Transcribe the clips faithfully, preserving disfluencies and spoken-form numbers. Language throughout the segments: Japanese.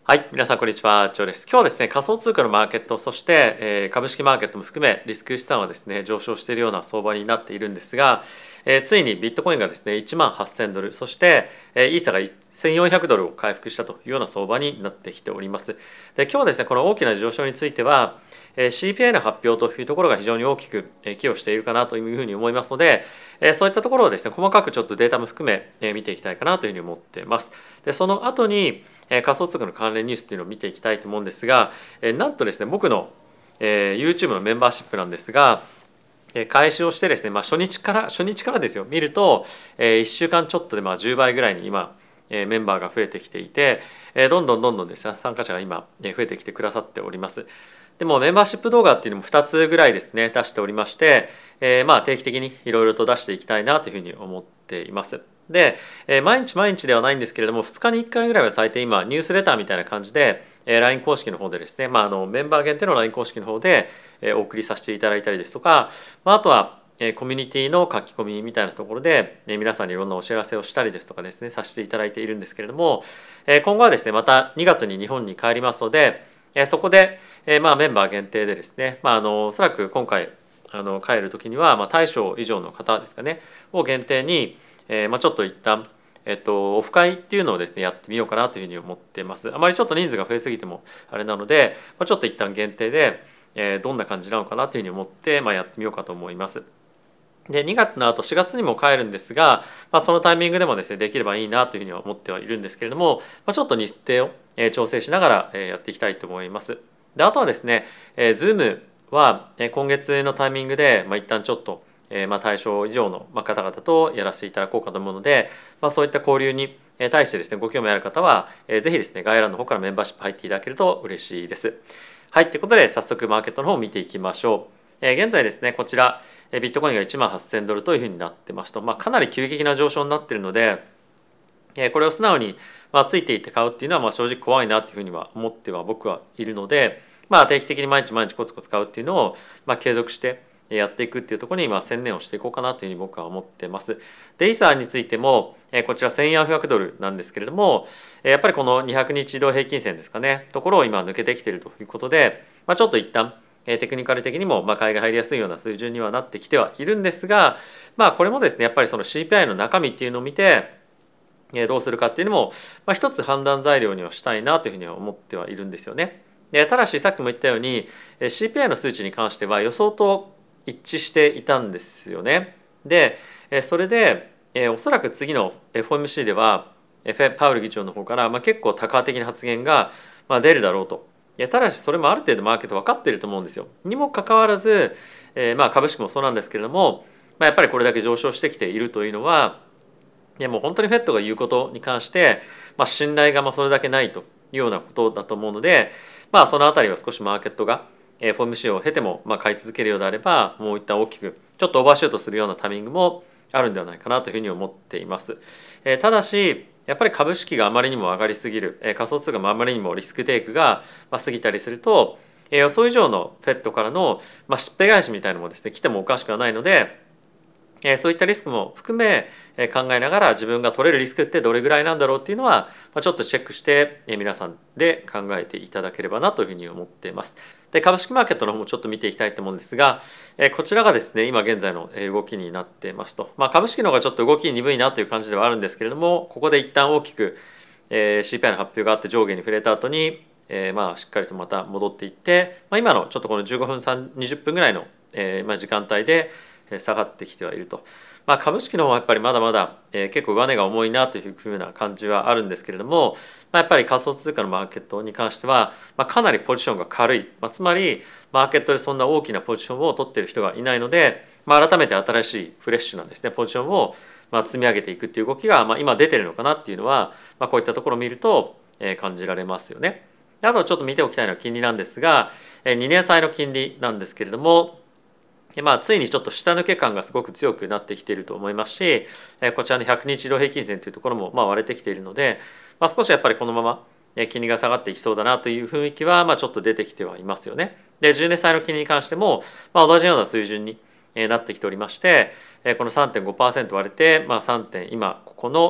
はい、皆さんこんにちは、チョウです。今日はですね、仮想通貨のマーケット、そして、えー株式マーケットも含めリスク資産はですね、上昇しているような相場になっているんですが、えーついにビットコインがですね、いちまんはっせんドル、そして、えーイーサがせんよんひゃくドルを回復したというような相場になってきております。で、今日はですね、この大きな上昇については、えー シーピーアイ の発表というところが非常に大きくえー寄与しているかなというふうに思いますので、えーそういったところをですね、細かくちょっとデータも含めえー見ていきたいかなというふうに思っています。で、その後にえー仮想通貨の関連ニュースっていうのを見ていきたいと思うんですが、えーなんとですね僕の、えー YouTube のメンバーシップなんですが、えー開始をしてですね、まあ、初日から初日からですよ見ると、えーいっしゅうかんちょっとでまあじゅうばいぐらいに今、えーメンバーが増えてきていて、えーどんどんどんどんですね参加者が今えー増えてきてくださっております。でもメンバーシップ動画っていうのもふたつぐらいですね出しておりまして、えーまあ定期的にいろいろと出していきたいなというふうに思っています。で、えー毎日毎日ではないんですけれどもふつかにいっかいぐらいは最低今ニュースレターみたいな感じで、えー ライン 公式の方でですね、まあ、あのメンバー限定の ライン 公式の方で、えーお送りさせていただいたりですとか、まあ、あとはえーコミュニティの書き込みみたいなところで、えー皆さんにいろんなお知らせをしたりですとかですねさせていただいているんですけれども、えー今後はですねまたにがつに日本に帰りますので、えーそこで、えーまあ、メンバー限定でですね、まあ、あのおそらく今回あの帰る時には、まあ、対象以上の方ですかねを限定に、えーまあ、ちょっと一旦えっと、オフ会っていうのをですねやってみようかなというふうに思っています。あまりちょっと人数が増えすぎてもあれなので、まあ、ちょっと一旦限定で、えーどんな感じなのかなというふうに思って、まあ、やってみようかと思います。でにがつの後しがつにも帰るんですが、まあ、そのタイミングでもですねできればいいなというふうには思ってはいるんですけれども、まあ、ちょっと日程をえー調整しながらえーやっていきたいと思います。であとはですね、えー Zoom はえー今月のタイミングで、まあ、一旦ちょっとえーまあ対象以上の方々とやらせていただこうかと思うので、まあ、そういった交流に対してですねご興味ある方はえーぜひですね概要欄の方からメンバーシップ入っていただけると嬉しいです。はい、ということで早速マーケットの方を見ていきましょう。えー現在ですねこちらビットコインがいちまんはっせんドルというふうになってますと、まあ、かなり急激な上昇になっているので、えーこれを素直に、まあ、ついていって買うっていうのはまあ正直怖いなというふうには思っては僕はいるので、まあ、定期的に毎日毎日コツコツ買うっていうのを、まあ、継続してやっていくっていうところにまあ専念をしていこうかなというふうに僕は思ってます。でイーサーについてもえーこちらせんよんひゃくドルなんですけれども、えーやっぱりこのにひゃくにち移動平均線ですかねところを今抜けてきているということで、まあ、ちょっと一旦テクニカル的にもまあ買いが入りやすいような水準にはなってきてはいるんですが、まあこれもですねやっぱりその シーピーアイ の中身っていうのを見てどうするかっていうのも、まあ、一つ判断材料にはしたいなというふうには思ってはいるんですよね。でただしさっきも言ったように シーピーアイ の数値に関しては予想と一致していたんですよね。でそれでおそらく次の エフオーエムシー ではパウエル議長の方からまあ結構多角的な発言がまあ出るだろうと。ただしそれもある程度マーケット分かっていると思うんですよ。にもかかわらず、えー、まあ株式もそうなんですけれども、まあ、やっぱりこれだけ上昇してきているというのは、いやもう本当にフェットが言うことに関して、まあ、信頼がまあそれだけないというようなことだと思うので、まあ、そのあたりは少しマーケットが エフオーエムシー を経てもまあ買い続けるようであればもう一旦大きくちょっとオーバーシュートするようなタイミングもあるんではないかなというふうに思っています。えー、ただしやっぱり株式があまりにも上がりすぎる、えー、仮想通貨もあまりにもリスクテイクが過ぎたりすると、えー、予想以上のフェットからの、まあ、しっぺ返しみたいなのもですね来てもおかしくはないので、そういったリスクも含め考えながら自分が取れるリスクってどれぐらいなんだろうっていうのはちょっとチェックして皆さんで考えていただければなというふうに思っています。で株式マーケットの方もちょっと見ていきたいと思うんですが、こちらがですね今現在の動きになっていますと、まあ、株式の方がちょっと動き鈍いなという感じではあるんですけれども、ここで一旦大きく シーピーアイ の発表があって上下に触れた後にえー、まあしっかりとまた戻っていって、まあ、今のちょっとこのじゅうごふんにじゅっぷんぐらいの、えーまあ、時間帯で下がってきてはいると、まあ、株式の方はやっぱりまだまだ、えー、結構上値が重いなというふうな感じはあるんですけれども、まあ、やっぱり仮想通貨のマーケットに関しては、まあ、かなりポジションが軽い、まあ、つまりマーケットでそんな大きなポジションを取っている人がいないので、まあ、改めて新しいフレッシュなんですねポジションをまあ積み上げていくっていう動きが、まあ、今出てるのかなっていうのは、まあ、こういったところを見ると、えー、感じられますよね。あとちょっと見ておきたいのは金利なんですが、にねん債の金利なんですけれども、まあ、ついにちょっと下抜け感がすごく強くなってきていると思いますし、こちらのひゃくにち移動平均線というところもまあ割れてきているので、まあ、少しやっぱりこのまま金利が下がっていきそうだなという雰囲気はまあちょっと出てきてはいますよね。でじゅうねん債の金利に関してもまあ同じような水準になってきておりまして、この さんてんごパーセント 割れて、まあ、さん. 点今ここの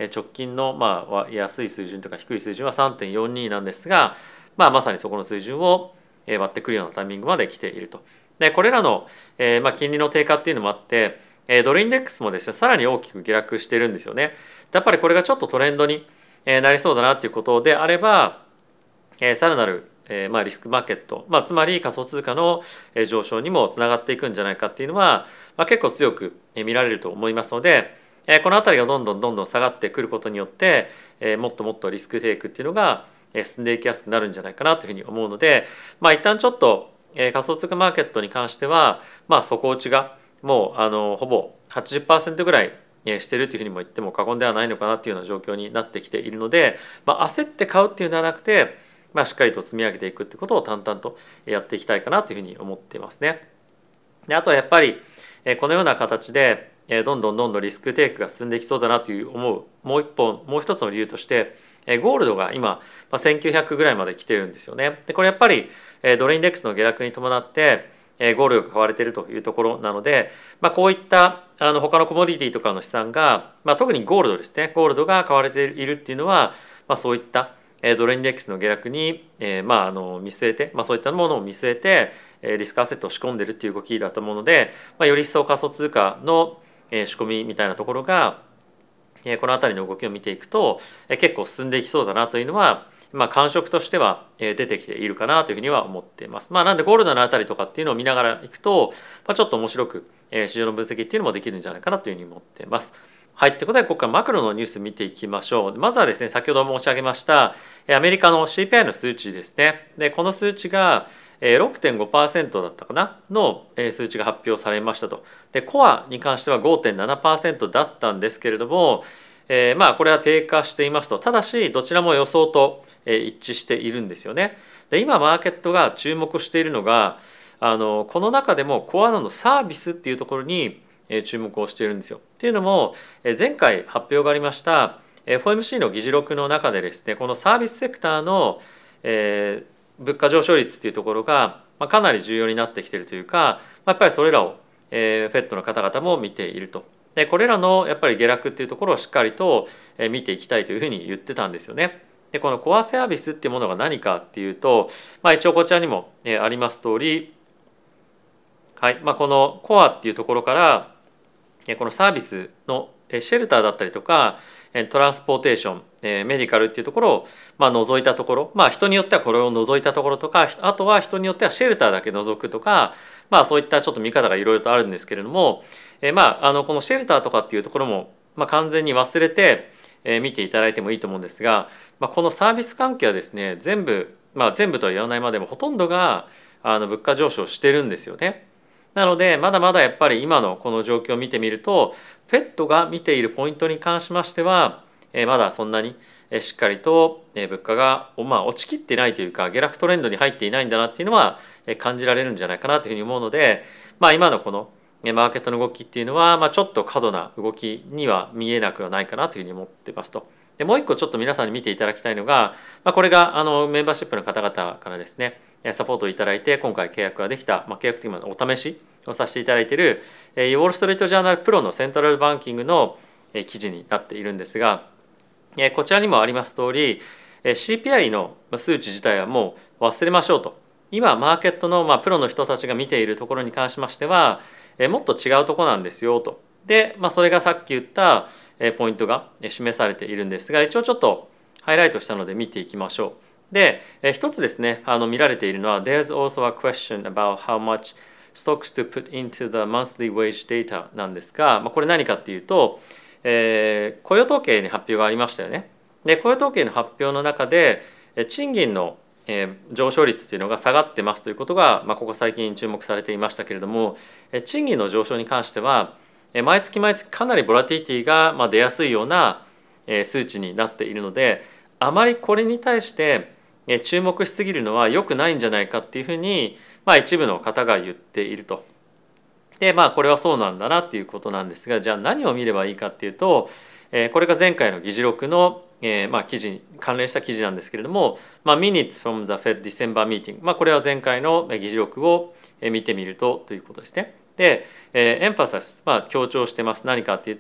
直近のまあ安い水準とか低い水準は さんてんよんに なんですが、まあ、まさにそこの水準を割ってくるようなタイミングまで来ていると。でこれらの、えーまあ、金利の低下っていうのもあってドルインデックスもですねさらに大きく下落してるんですよね。やっぱりこれがちょっとトレンドになりそうだなっていうことであれば、えー、さらなるえーまあ、リスクマーケット、まあ、つまり仮想通貨の上昇にもつながっていくんじゃないかっていうのは、まあ、結構強く見られると思いますので、えー、この辺りがどんどんどんどん下がってくることによって、えー、もっともっとリスクテイクっていうのが進んでいきやすくなるんじゃないかなというふうに思うので、まあ、一旦ちょっと、えー、仮想通貨マーケットに関しては、まあ、底打ちがもうあのほぼ はちじゅっパーセント ぐらいしてるというふうにも言っても過言ではないのかなというような状況になってきているので、まあ、焦って買うっていうのではなくてまあ、しっかりと積み上げていくってことを淡々とやっていきたいかなというふうに思っていますね。であとはやっぱりこのような形でどんどんどんどんリスクテイクが進んでいきそうだなという思うもう一本もう一つの理由としてゴールドが今せんきゅうひゃくぐらいまで来てるんですよね。でこれやっぱりドルインデックスの下落に伴ってゴールドが買われているというところなので、まあ、こういったあの他のコモディティとかの資産が、まあ、特にゴールドですねゴールドが買われているっていうのは、まあ、そういったドルインデックスの下落に、えーまあ、あの見据えて、まあ、そういったものを見据えてリスクアセットを仕込んでるっていう動きだと思うので、まあ、より一層仮想通貨の仕込みみたいなところがこの辺りの動きを見ていくと結構進んでいきそうだなというのは、まあ、感触としては出てきているかなというふうには思っています。まあ、なんでゴールドのあたりとかっていうのを見ながらいくと、まあ、ちょっと面白く市場の分析っていうのもできるんじゃないかなというふうに思っています。はい、ということでここからマクロのニュース見ていきましょう。まずはですね先ほど申し上げましたアメリカの シーピーアイ の数値ですね。でこの数値が ろくてんごパーセント だったかなの数値が発表されましたと。でコアに関しては ごてんななパーセント だったんですけれども、えー、まあこれは低下していますと。ただしどちらも予想と一致しているんですよね。で今マーケットが注目しているのがあのこの中でもコアのサービスっていうところに注目をしているんですよ。っていうのも前回発表がありました エフオーエムシー の議事録の中でですねこのサービスセクターの、えー、物価上昇率っていうところが、まあ、かなり重要になってきているというか、まあ、やっぱりそれらを、えー、フェットの方々も見ていると。でこれらのやっぱり下落っていうところをしっかりと見ていきたいというふうに言ってたんですよね。でこのコアサービスっていうものが何かっていうと、まあ、一応こちらにもあります通り、はいまあ、このコアっていうところからこのサービスのシェルターだったりとかトランスポーテーションメディカルっていうところをまあ除いたところ、まあ人によってはこれを除いたところとか、あとは人によってはシェルターだけ除くとか、まあそういったちょっと見方がいろいろとあるんですけれども、えまああのこのシェルターとかっていうところもまあ完全に忘れて見ていただいてもいいと思うんですが、まあ、このサービス関係はですね全部まあ全部とは言わないまでもほとんどがあの物価上昇してるんですよね。なのでまだまだやっぱり今のこの状況を見てみると フェット が見ているポイントに関しましてはまだそんなにしっかりと物価がまあ落ちきっていないというか下落トレンドに入っていないんだなっていうのは感じられるんじゃないかなというふうに思うので、まあ、今のこのマーケットの動きっていうのはまあちょっと過度な動きには見えなくはないかなというふうに思ってますと。でもう一個ちょっと皆さんに見ていただきたいのが、まあ、これがあのメンバーシップの方々からですねサポートをいただいて今回契約ができた、まあ、契約というのはお試しをさせていただいているウォール・ストリート・ジャーナル・プロのセントラルバンキングの記事になっているんですが、こちらにもあります通り シーピーアイ の数値自体はもう忘れましょうと。今マーケットのまあプロの人たちが見ているところに関しましてはもっと違うところなんですよと。で、まあ、それがさっき言ったポイントが示されているんですが、一応ちょっとハイライトしたので見ていきましょう。で一つですねあの見られているのは There's also a question about how much stocks to put into the monthly wage data なんですが、まあ、これ何かっていうと、えー、雇用統計に発表がありましたよね。で雇用統計の発表の中で賃金の上昇率というのが下がってますということが、まあ、ここ最近注目されていましたけれども、賃金の上昇に関しては毎月毎月かなりボラティティが出やすいような数値になっているので、あまりこれに対して注目しすぎるのは良くないんじゃないかっていうふうに、まあ、一部の方が言っていると。でまあこれはそうなんだなっていうことなんですが、じゃあ何を見ればいいかっていうと、これが前回の議事録のまあ記事に関連した記事なんですけれども、まあ、Minutes from the Fed December Meeting、まあ、これは前回の議事録を見てみるとということですね。でエンファサス、まあ、強調してます。何かっていうと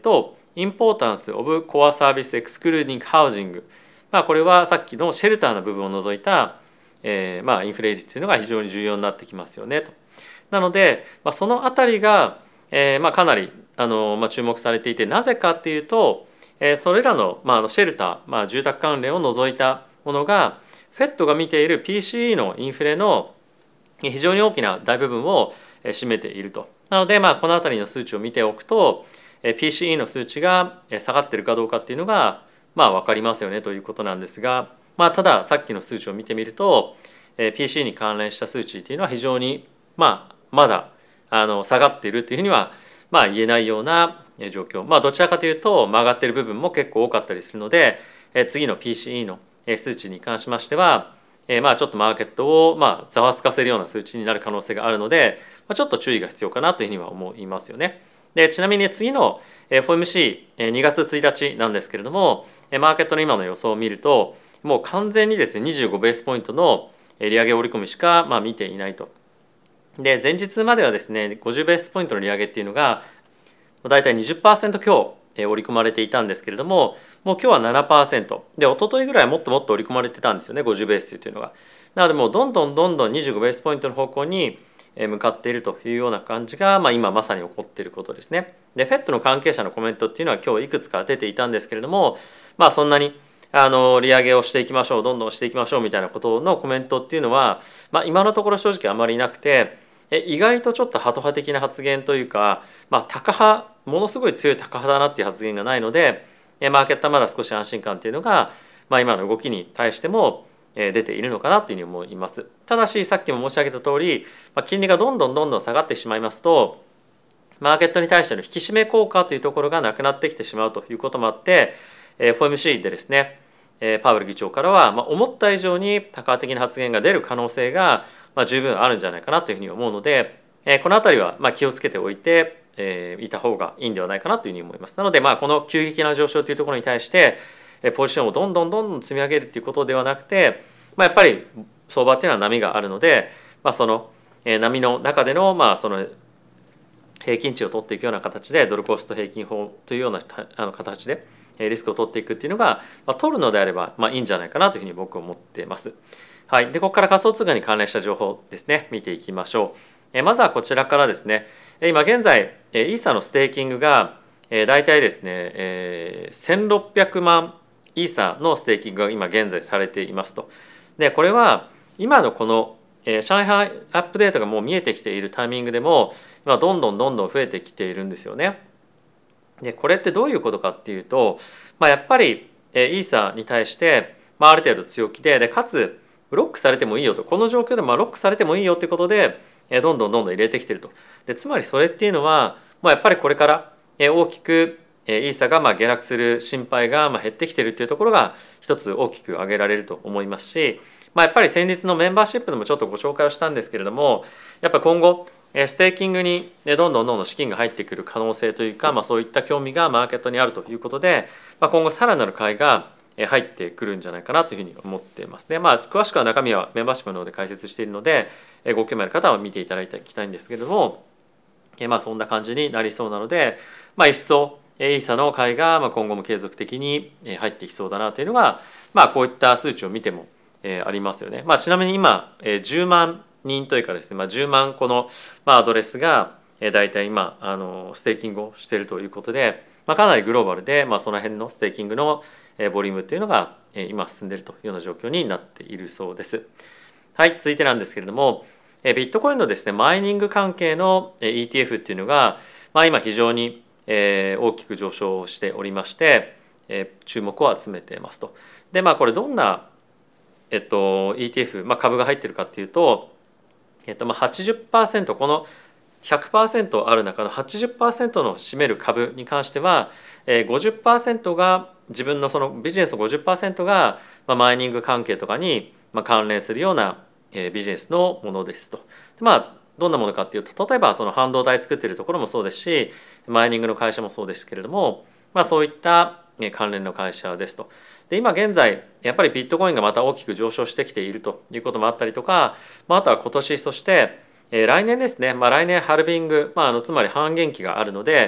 Importance of Core Service Excluding Housing、まあ、これはさっきのシェルターの部分を除いた、えー、まあインフレ率というのが非常に重要になってきますよねと。なので、まあ、そのあたりが、えーまあ、かなりあの、まあ、注目されていて、なぜかっていうと、えー、それらの、まあ、あのシェルター、まあ、住宅関連を除いたものが フェット が見ている ピーシーイー のインフレの非常に大きな大部分を占めていると。なので、まあ、このあたりの数値を見ておくと ピーシーイー の数値が下がっているかどうかっていうのが、まあ、分かりますよねということなんですが、まあ、たださっきの数値を見てみると ピーシーイー に関連した数値っていうのは非常に、まあ、まだあの下がっているというふうには、まあ、言えないような状況、まあ、どちらかというと曲がっている部分も結構多かったりするので、次の ピーシーイー の数値に関しましては、まあちょっとマーケットをまあざわつかせるような数値になる可能性があるので、ちょっと注意が必要かなというふうには思いますよね。でちなみに次の エフオーエムシーにがつついたちなんですけれども、マーケットの今の予想を見るともう完全にですねにじゅうごベースポイントの利上げ織り込みしかまあ見ていないと。で前日まではですねごじゅうベースポイントの利上げっていうのがだいたい にじゅっパーセント 強織り込まれていたんですけれども、もう今日は ななパーセント で、一昨日ぐらいはもっともっと織り込まれてたんですよね、ごじゅうベースというのが。なのでもうどんどんどんどんにじゅうごベースポイントの方向に向かっているというような感じが、まあ、今まさに起こっていることですね。で フェット の関係者のコメントっていうのは今日いくつか出ていたんですけれども、まあそんなにあの利上げをしていきましょう、どんどんしていきましょうみたいなことのコメントっていうのは、まあ、今のところ正直あまりなくて、意外とちょっとハト派的な発言というか、まあ、タカ派ものすごい強いタカ派だなっていう発言がないので、マーケットはまだ少し安心感っていうのが、まあ、今の動きに対しても出ているのかなというふうに思います。ただしさっきも申し上げた通り、まあ、金利がどんどんどんどん下がってしまいますとマーケットに対しての引き締め効果というところがなくなってきてしまうということもあって、エフオーエムシー でですねパウエル議長からは、まあ、思った以上にタカ派的な発言が出る可能性がまあ十分あるんじゃないかなというふうに思うので、えー、この辺りはまあ気をつけておいて、えー、いた方がいいんではないかなというふうに思います。なのでまあこの急激な上昇というところに対してポジションをどんどんどんどん積み上げるということではなくて、まあ、やっぱり相場っていうのは波があるので、まあ、その波の中でのまあその平均値を取っていくような形でドルコスト平均法というようなあの形でリスクを取っていくっていうのが、まあ、取るのであればまあいいんじゃないかなというふうに僕は思っています。はい、でここから仮想通貨に関連した情報ですね見ていきましょう。えまずはこちらからですね。今現在イーサのステーキングがだいたいですね、えー、せんろっぴゃくまんイーサのステーキングが今現在されていますと。でこれは今のこの上海アップデートがもう見えてきているタイミングでも今どんどんどんどん増えてきているんですよね。でこれってどういうことかっていうと、まあ、やっぱりイーサに対して、まあ、ある程度強気ででかつロックされてもいいよと、この状況でまあロックされてもいいよということでどんどんどんどん入れてきていると。でつまりそれっていうのは、まあ、やっぱりこれから大きくイーサがまあ下落する心配がまあ減ってきているというところが一つ大きく挙げられると思いますし、まあ、やっぱり先日のメンバーシップでもちょっとご紹介をしたんですけれども、やっぱ今後ステーキングにどんどんどんどん資金が入ってくる可能性というか、まあ、そういった興味がマーケットにあるということで、まあ、今後さらなる買いが入ってくるんじゃないかなというふうに思っていますね。まあ、詳しくは中身はメンバーシップの方で解説しているのでご興味ある方は見ていただきたいんですけれども、まあ、そんな感じになりそうなので、まあ、一層イーサの買いが今後も継続的に入ってきそうだなというのが、まあ、こういった数値を見てもありますよね。まあ、ちなみに今じゅうまんにんというかですね、まあ、じゅうまんこのアドレスがだいたい今あのステーキングをしているということで、まあ、かなりグローバルで、まあ、その辺のステーキングのボリュームというのが今進んでいるというような状況になっているそうです。はい、続いてなんですけれども、ビットコインのですねマイニング関係の イーティーエフ っていうのが、まあ、今非常に大きく上昇しておりまして注目を集めていますと。でまあこれどんな、えっと、イーティーエフ、まあ、株が入っているかっていうと、えっと、まあ はちじゅっパーセント この ひゃくパーセント ある中の はちじゅっパーセント の占める株に関しては ごじゅっパーセント が自分のそのビジネスの ごじゅっパーセント がマイニング関係とかに関連するようなビジネスのものですと。でまあどんなものかっていうと、例えばその半導体作っているところもそうですしマイニングの会社もそうですけれども、まあ、そういった関連の会社ですと。で今現在やっぱりビットコインがまた大きく上昇してきているということもあったりとか、まあ、あとは今年そして来年ですね、まあ、来年ハルビング、まあ、あのつまり半減期があるので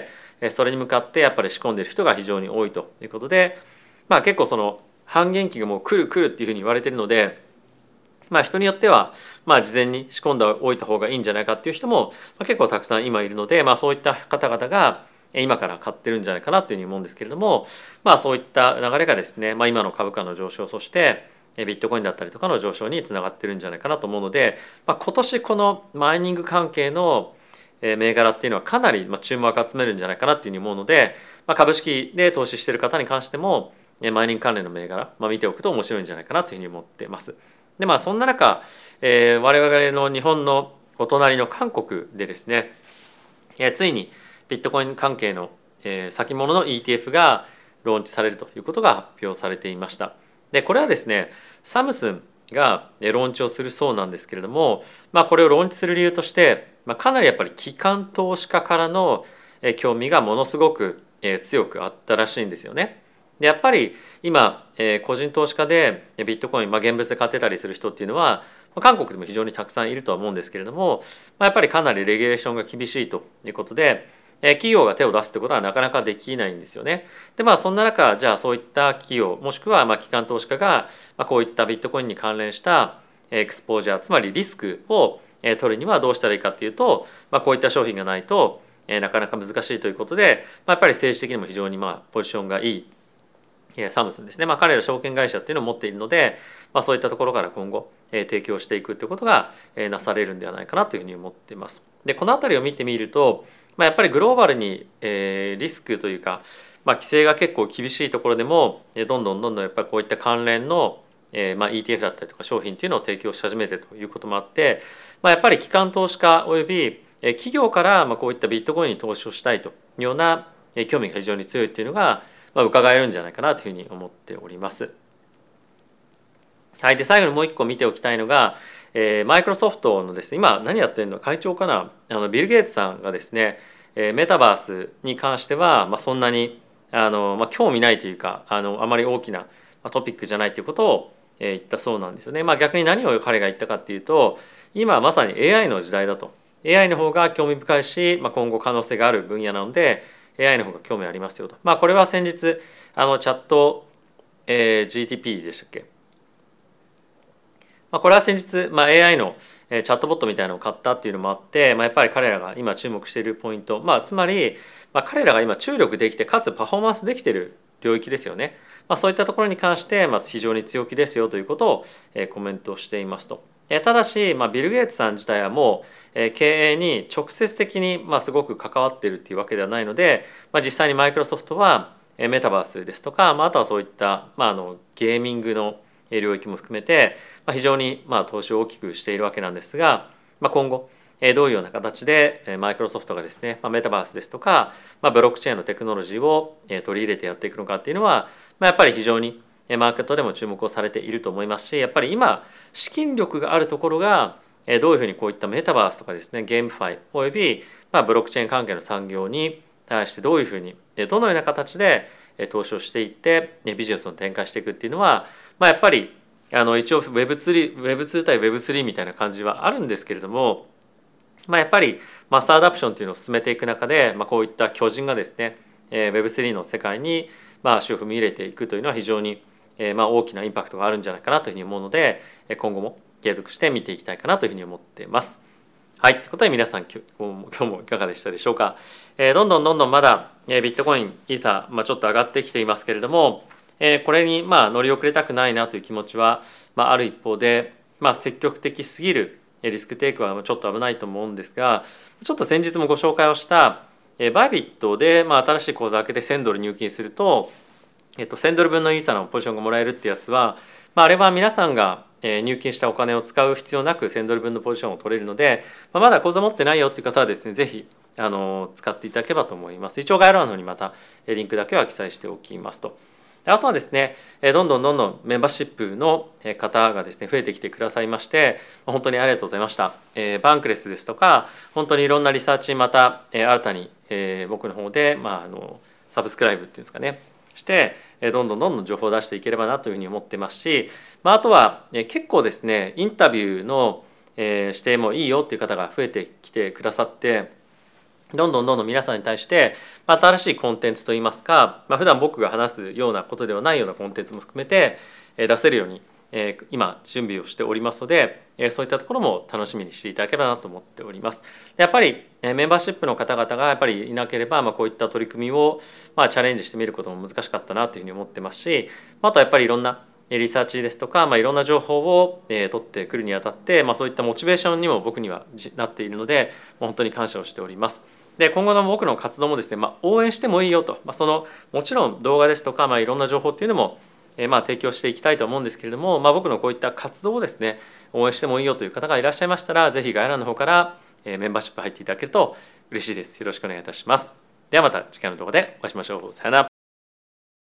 それに向かってやっぱり仕込んでいる人が非常に多いということで、まあ、結構その半減期がもう来る来るっていうふうに言われているので、まあ、人によってはまあ事前に仕込んでおいた方がいいんじゃないかっていう人も結構たくさん今いるので、まあ、そういった方々が今から買ってるんじゃないかなというふうに思うんですけれども、まあ、そういった流れがですね、まあ、今の株価の上昇、そしてビットコインだったりとかの上昇につながってるんじゃないかなと思うので、まあ、今年このマイニング関係の銘柄っていうのはかなり注目を集めるんじゃないかなっていうふうに思うので、まあ、株式で投資している方に関してもマイニング関連の銘柄、まあ、見ておくと面白いんじゃないかなというふうに思っています。でまあそんな中、えー、我々の日本のお隣の韓国でですね、えー、ついにビットコイン関係の、えー、先物の イーティーエフ がローンチされるということが発表されていました。でこれはですね、サムスンがローンチをするそうなんですけれども、まあ、これをローンチする理由として、まあ、かなりやっぱり機関投資家からの興味がものすごく強くあったらしいんですよね。でやっぱり今個人投資家でビットコイン、まあ、現物で買ってたりする人っていうのは韓国でも非常にたくさんいるとは思うんですけれども、まあ、やっぱりかなりレギュレーションが厳しいということで、企業が手を出すってことはなかなかできないんですよね。でまあそんな中、じゃあそういった企業もしくはまあ機関投資家がこういったビットコインに関連したエクスポージャー、つまりリスクを取るにはどうしたらいいかっていうと、まあ、こういった商品がないとなかなか難しいということで、まあ、やっぱり政治的にも非常にまあポジションがいいサムスンですね、まあ、彼ら証券会社っていうのを持っているので、まあ、そういったところから今後提供していくということがなされるんではないかなというふうに思っています。でこの辺りを見てみると、まあ、やっぱりグローバルにリスクというか、まあ、規制が結構厳しいところでもどんどんどんどんやっぱりこういった関連のまあ イーティーエフ だったりとか商品っていうのを提供し始めているということもあって、まあ、やっぱり機関投資家および企業からまあこういったビットコインに投資をしたいというような興味が非常に強いっていうのがまあ伺えるんじゃないかなというふうに思っております。はい、で最後にもう一個見ておきたいのが、えー、マイクロソフトのですね、今何やってるの会長かな、あのビル・ゲイツさんがですね、えー、メタバースに関しては、まあ、そんなにあの、まあ、興味ないというかあのあまり大きなトピックじゃないということを言ったそうなんですよね。まあ、逆に何を彼が言ったかっていうと、今まさに エーアイ の時代だと。エーアイ の方が興味深いし、まあ、今後可能性がある分野なので エーアイ の方が興味ありますよと。まあ、これは先日あのチャット、えー、ジーティーピー でしたっけ。まあ、これは先日、まあ、エーアイ のチャットボットみたいなのを買ったっていうのもあって、まあ、やっぱり彼らが今注目しているポイント、まあ、つまり、まあ、彼らが今注力できてかつパフォーマンスできている領域ですよね。まあ、そういったところに関して、まあ、非常に強気ですよということを、えー、コメントしていますと。ただし、まあ、ビル・ゲイツさん自体はもう、えー、経営に直接的に、まあ、すごく関わっているっていうわけではないので、まあ、実際にマイクロソフトはメタバースですとか、まあ、あとはそういった、まあ、あのゲーミングの領域も含めて、まあ、非常にまあ投資を大きくしているわけなんですが、まあ、今後どういうような形でマイクロソフトがですね、まあ、メタバースですとか、まあ、ブロックチェーンのテクノロジーを取り入れてやっていくのかっていうのは、まあ、やっぱり非常にマーケットでも注目をされていると思いますし、やっぱり今資金力があるところがどういうふうにこういったメタバースとかですね、ゲームファイおよびまあブロックチェーン関係の産業に対してどういうふうにどのような形で投資をしていってビジネスを展開していくっていうのは、まあ、やっぱりあの一応 ウェブツー ウェブツー 対 ウェブスリー みたいな感じはあるんですけれども、まあ、やっぱりマスターアダプションというのを進めていく中で、まあ、こういった巨人がですね ウェブスリー の世界にまあ足を踏み入れていくというのは非常にまあ大きなインパクトがあるんじゃないかなというふうに思うので、今後も継続して見ていきたいかなというふうに思っています。はい、ということで皆さん今日もいかがでしたでしょうか。えー、どんどんどんどんまだビットコインイーサ、まあ、ちょっと上がってきていますけれども、えー、これにまあ乗り遅れたくないなという気持ちは、まあ、ある一方で、まあ、積極的すぎるリスクテイクはちょっと危ないと思うんですが、ちょっと先日もご紹介をしたバイビットで、まあ、新しい口座開けてせんドル入金すると、えっと、せんドル分のイーサのポジションがもらえるってやつは、まあ、あれは皆さんが入金したお金を使う必要なくせんドル分のポジションを取れるので、まあ、まだ口座持ってないよっていう方はですね、ぜひあの使っていただければと思います。一応概要欄の方にまたリンクだけは記載しておきますと。あとはですね、どんどんどんどんメンバーシップの方がですね増えてきてくださいまして、本当にありがとうございました。バンクレスですとか、本当にいろんなリサーチまた新たに僕の方で、まあ、あのサブスクライブっていうんですかね、してどんどんどんどん情報を出していければなというふうに思ってますし、まあ、あとは結構ですねインタビューの指定もいいよっていう方が増えてきてくださって、 どんどんどんどん皆さんに対して、まあ、新しいコンテンツといいますか、まあ、普段僕が話すようなことではないようなコンテンツも含めてえー出せるようにえー今準備をしておりますので、えーそういったところも楽しみにしていただければなと思っております。でやっぱりえーメンバーシップの方々がやっぱりいなければ、まあ、こういった取り組みを、まあ、チャレンジしてみることも難しかったなというふうに思ってますし、あとはやっぱりいろんなリサーチですとか、まあ、いろんな情報を、えー取ってくるにあたって、まあ、そういったモチベーションにも僕にはじなっているので、もう本当に感謝をしております。で今後の僕の活動もですね、まあ、応援してもいいよと、まあ、そのもちろん動画ですとか、まあ、いろんな情報っていうのも、えーまあ提供していきたいと思うんですけれども、まあ、僕のこういった活動をですね応援してもいいよという方がいらっしゃいましたら、ぜひ概要欄の方から、えーメンバーシップ入っていただけると嬉しいです。よろしくお願いいたします。ではまた次回の動画でお会いしましょう。さよなら。